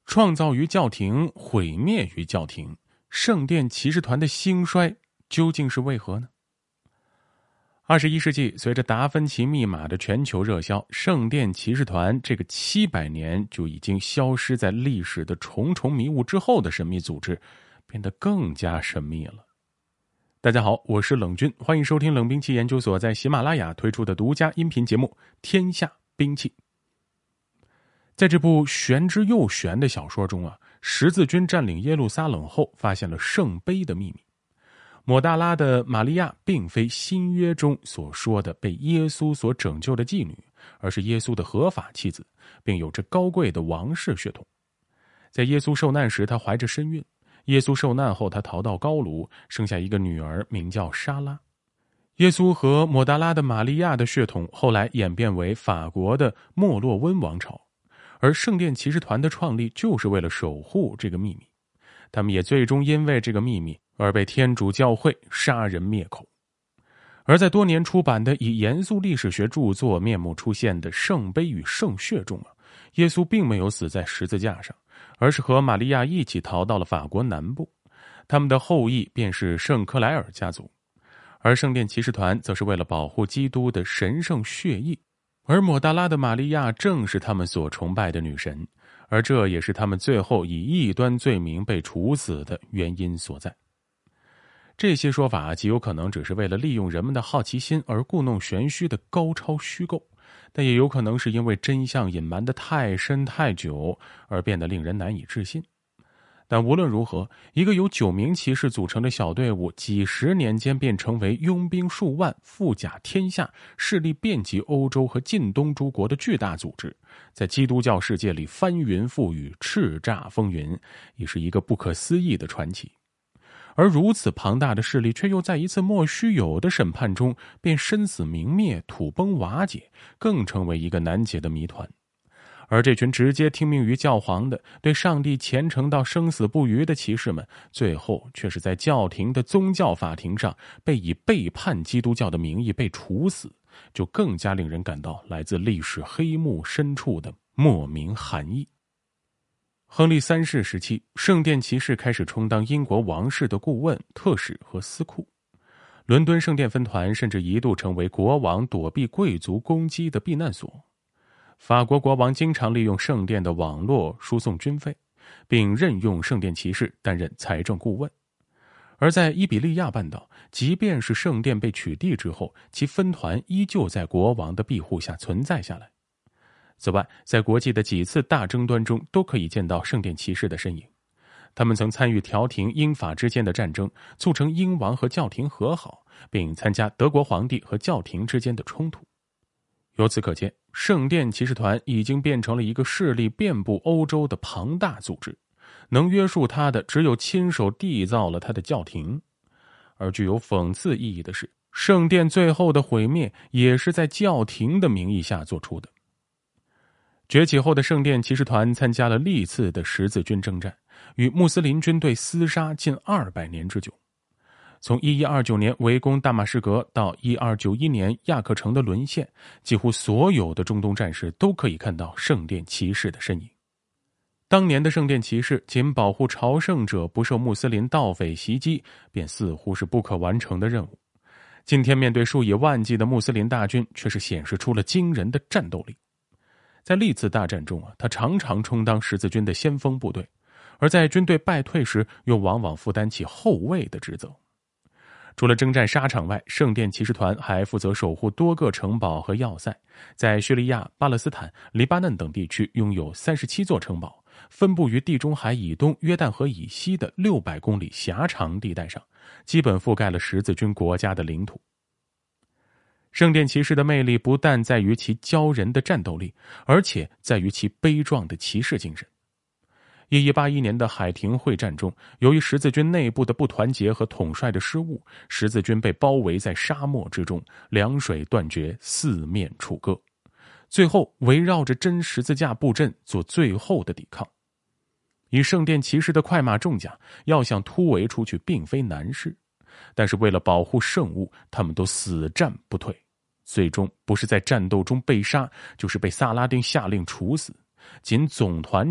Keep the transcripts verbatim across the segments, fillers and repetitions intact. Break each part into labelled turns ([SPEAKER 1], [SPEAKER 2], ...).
[SPEAKER 1] 创造于教廷，毁灭于教廷，圣殿骑士团的兴衰究竟是为何呢？二十一世纪，随着达芬奇密码的全球热销，圣殿骑士团这个七百年就已经消失在历史的重重迷雾之后的神秘组织，变得更加神秘了。大家好，我是冷军，欢迎收听冷兵器研究所在喜马拉雅推出的独家音频节目《天下兵器》。在这部玄之又玄的小说中啊，十字军占领耶路撒冷后，发现了圣杯的秘密。抹大拉的玛利亚并非新约中所说的被耶稣所拯救的妓女，而是耶稣的合法妻子，并有着高贵的王室血统。在耶稣受难时，她怀着身孕；耶稣受难后，她逃到高卢，生下一个女儿，名叫莎拉。耶稣和抹大拉的玛利亚的血统后来演变为法国的莫洛温王朝。而圣殿骑士团的创立就是为了守护这个秘密，他们也最终因为这个秘密而被天主教会杀人灭口。而在多年出版的以严肃历史学著作面目出现的《圣杯与圣血》中啊，耶稣并没有死在十字架上，而是和玛利亚一起逃到了法国南部，他们的后裔便是圣克莱尔家族。而圣殿骑士团则是为了保护基督的神圣血液，而抹大拉的玛利亚正是他们所崇拜的女神，而这也是他们最后以异端罪名被处死的原因所在。这些说法极有可能只是为了利用人们的好奇心而故弄玄虚的高超虚构，但也有可能是因为真相隐瞒得太深太久而变得令人难以置信。但无论如何，一个由九名骑士组成的小队伍几十年间便成为拥兵数万、富甲天下、势力遍及欧洲和近东诸国的巨大组织，在基督教世界里翻云覆雨、叱咤风云，也是一个不可思议的传奇。而如此庞大的势力却又在一次莫须有的审判中便生死明灭、土崩瓦解，更成为一个难解的谜团。而这群直接听命于教皇的、对上帝虔诚到生死不渝的骑士们，最后却是在教廷的宗教法庭上被以背叛基督教的名义被处死，就更加令人感到来自历史黑幕深处的莫名寒意。亨利三世时期，圣殿骑士开始充当英国王室的顾问、特使和司库。伦敦圣殿分团甚至一度成为国王躲避贵族攻击的避难所。法国国王经常利用圣殿的网络输送军费，并任用圣殿骑士担任财政顾问。而在伊比利亚半岛，即便是圣殿被取缔之后，其分团依旧在国王的庇护下存在下来。此外，在国际的几次大争端中都可以见到圣殿骑士的身影。他们曾参与调停英法之间的战争，促成英王和教廷和好，并参加德国皇帝和教廷之间的冲突。由此可见，圣殿骑士团已经变成了一个势力遍布欧洲的庞大组织，能约束他的只有亲手缔造了他的教廷。而具有讽刺意义的是，圣殿最后的毁灭也是在教廷的名义下做出的。崛起后的圣殿骑士团参加了历次的十字军征战，与穆斯林军队厮杀近二百年之久。从一一二九年围攻大马士革到一二九一年亚克城的沦陷，几乎所有的中东战事都可以看到圣殿骑士的身影。当年的圣殿骑士仅保护朝圣者不受穆斯林盗匪袭击，便似乎是不可完成的任务。今天面对数以万计的穆斯林大军，却是显示出了惊人的战斗力。在历次大战中啊，他常常充当十字军的先锋部队，而在军队败退时，又往往负担起后卫的职责。除了征战沙场外，圣殿骑士团还负责守护多个城堡和要塞，在叙利亚、巴勒斯坦、黎巴嫩等地区拥有三十七座城堡，分布于地中海以东、约旦河以西的六百公里狭长地带上，基本覆盖了十字军国家的领土。圣殿骑士的魅力不但在于其骄人的战斗力，而且在于其悲壮的骑士精神。一一八一年的海廷会战中，由于十字军内部的不团结和统帅的失误，十字军被包围在沙漠之中，粮水断绝，四面楚歌。最后围绕着真十字架布阵做最后的抵抗。以圣殿骑士的快马重甲，要想突围出去并非难事，但是为了保护圣物，他们都死战不退，最终不是在战斗中被杀，就是被萨拉丁下令处死。仅总团长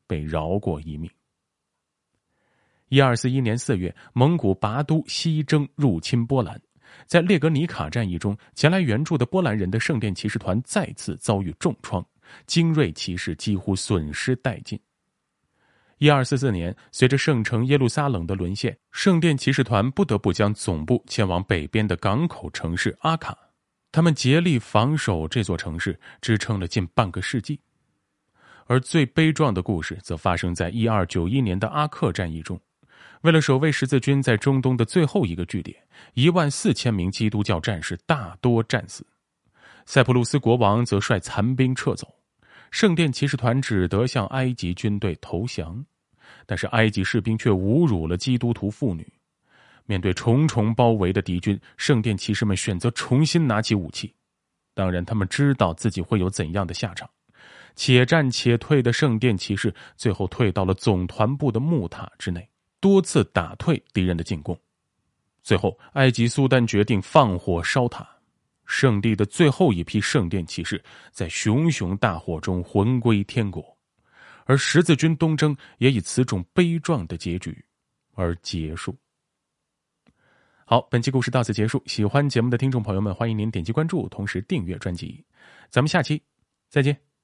[SPEAKER 1] 被饶过一命。一二四一年四月，蒙古拔都西征入侵波兰，在列格尼卡战役中，前来援助的波兰人的圣殿骑士团再次遭遇重创，精锐骑士几乎损失殆尽。一二四四年，随着圣城耶路撒冷的沦陷，圣殿骑士团不得不将总部迁往北边的港口城市阿卡，他们竭力防守这座城市，支撑了近半个世纪。而最悲壮的故事则发生在一二九一年的阿克战役中。为了守卫十字军在中东的最后一个据点，一万四千名基督教战士大多战死，塞浦路斯国王则率残兵撤走，圣殿骑士团只得向埃及军队投降。但是埃及士兵却侮辱了基督徒妇女。面对重重包围的敌军，圣殿骑士们选择重新拿起武器。当然，他们知道自己会有怎样的下场。且战且退的圣殿骑士最后退到了总团部的木塔之内，多次打退敌人的进攻。最后，埃及苏丹决定放火烧塔，圣地的最后一批圣殿骑士在熊熊大火中魂归天国，而十字军东征也以此种悲壮的结局而结束。好，本期故事到此结束。喜欢节目的听众朋友们，欢迎您点击关注，同时订阅专辑。咱们下期再见。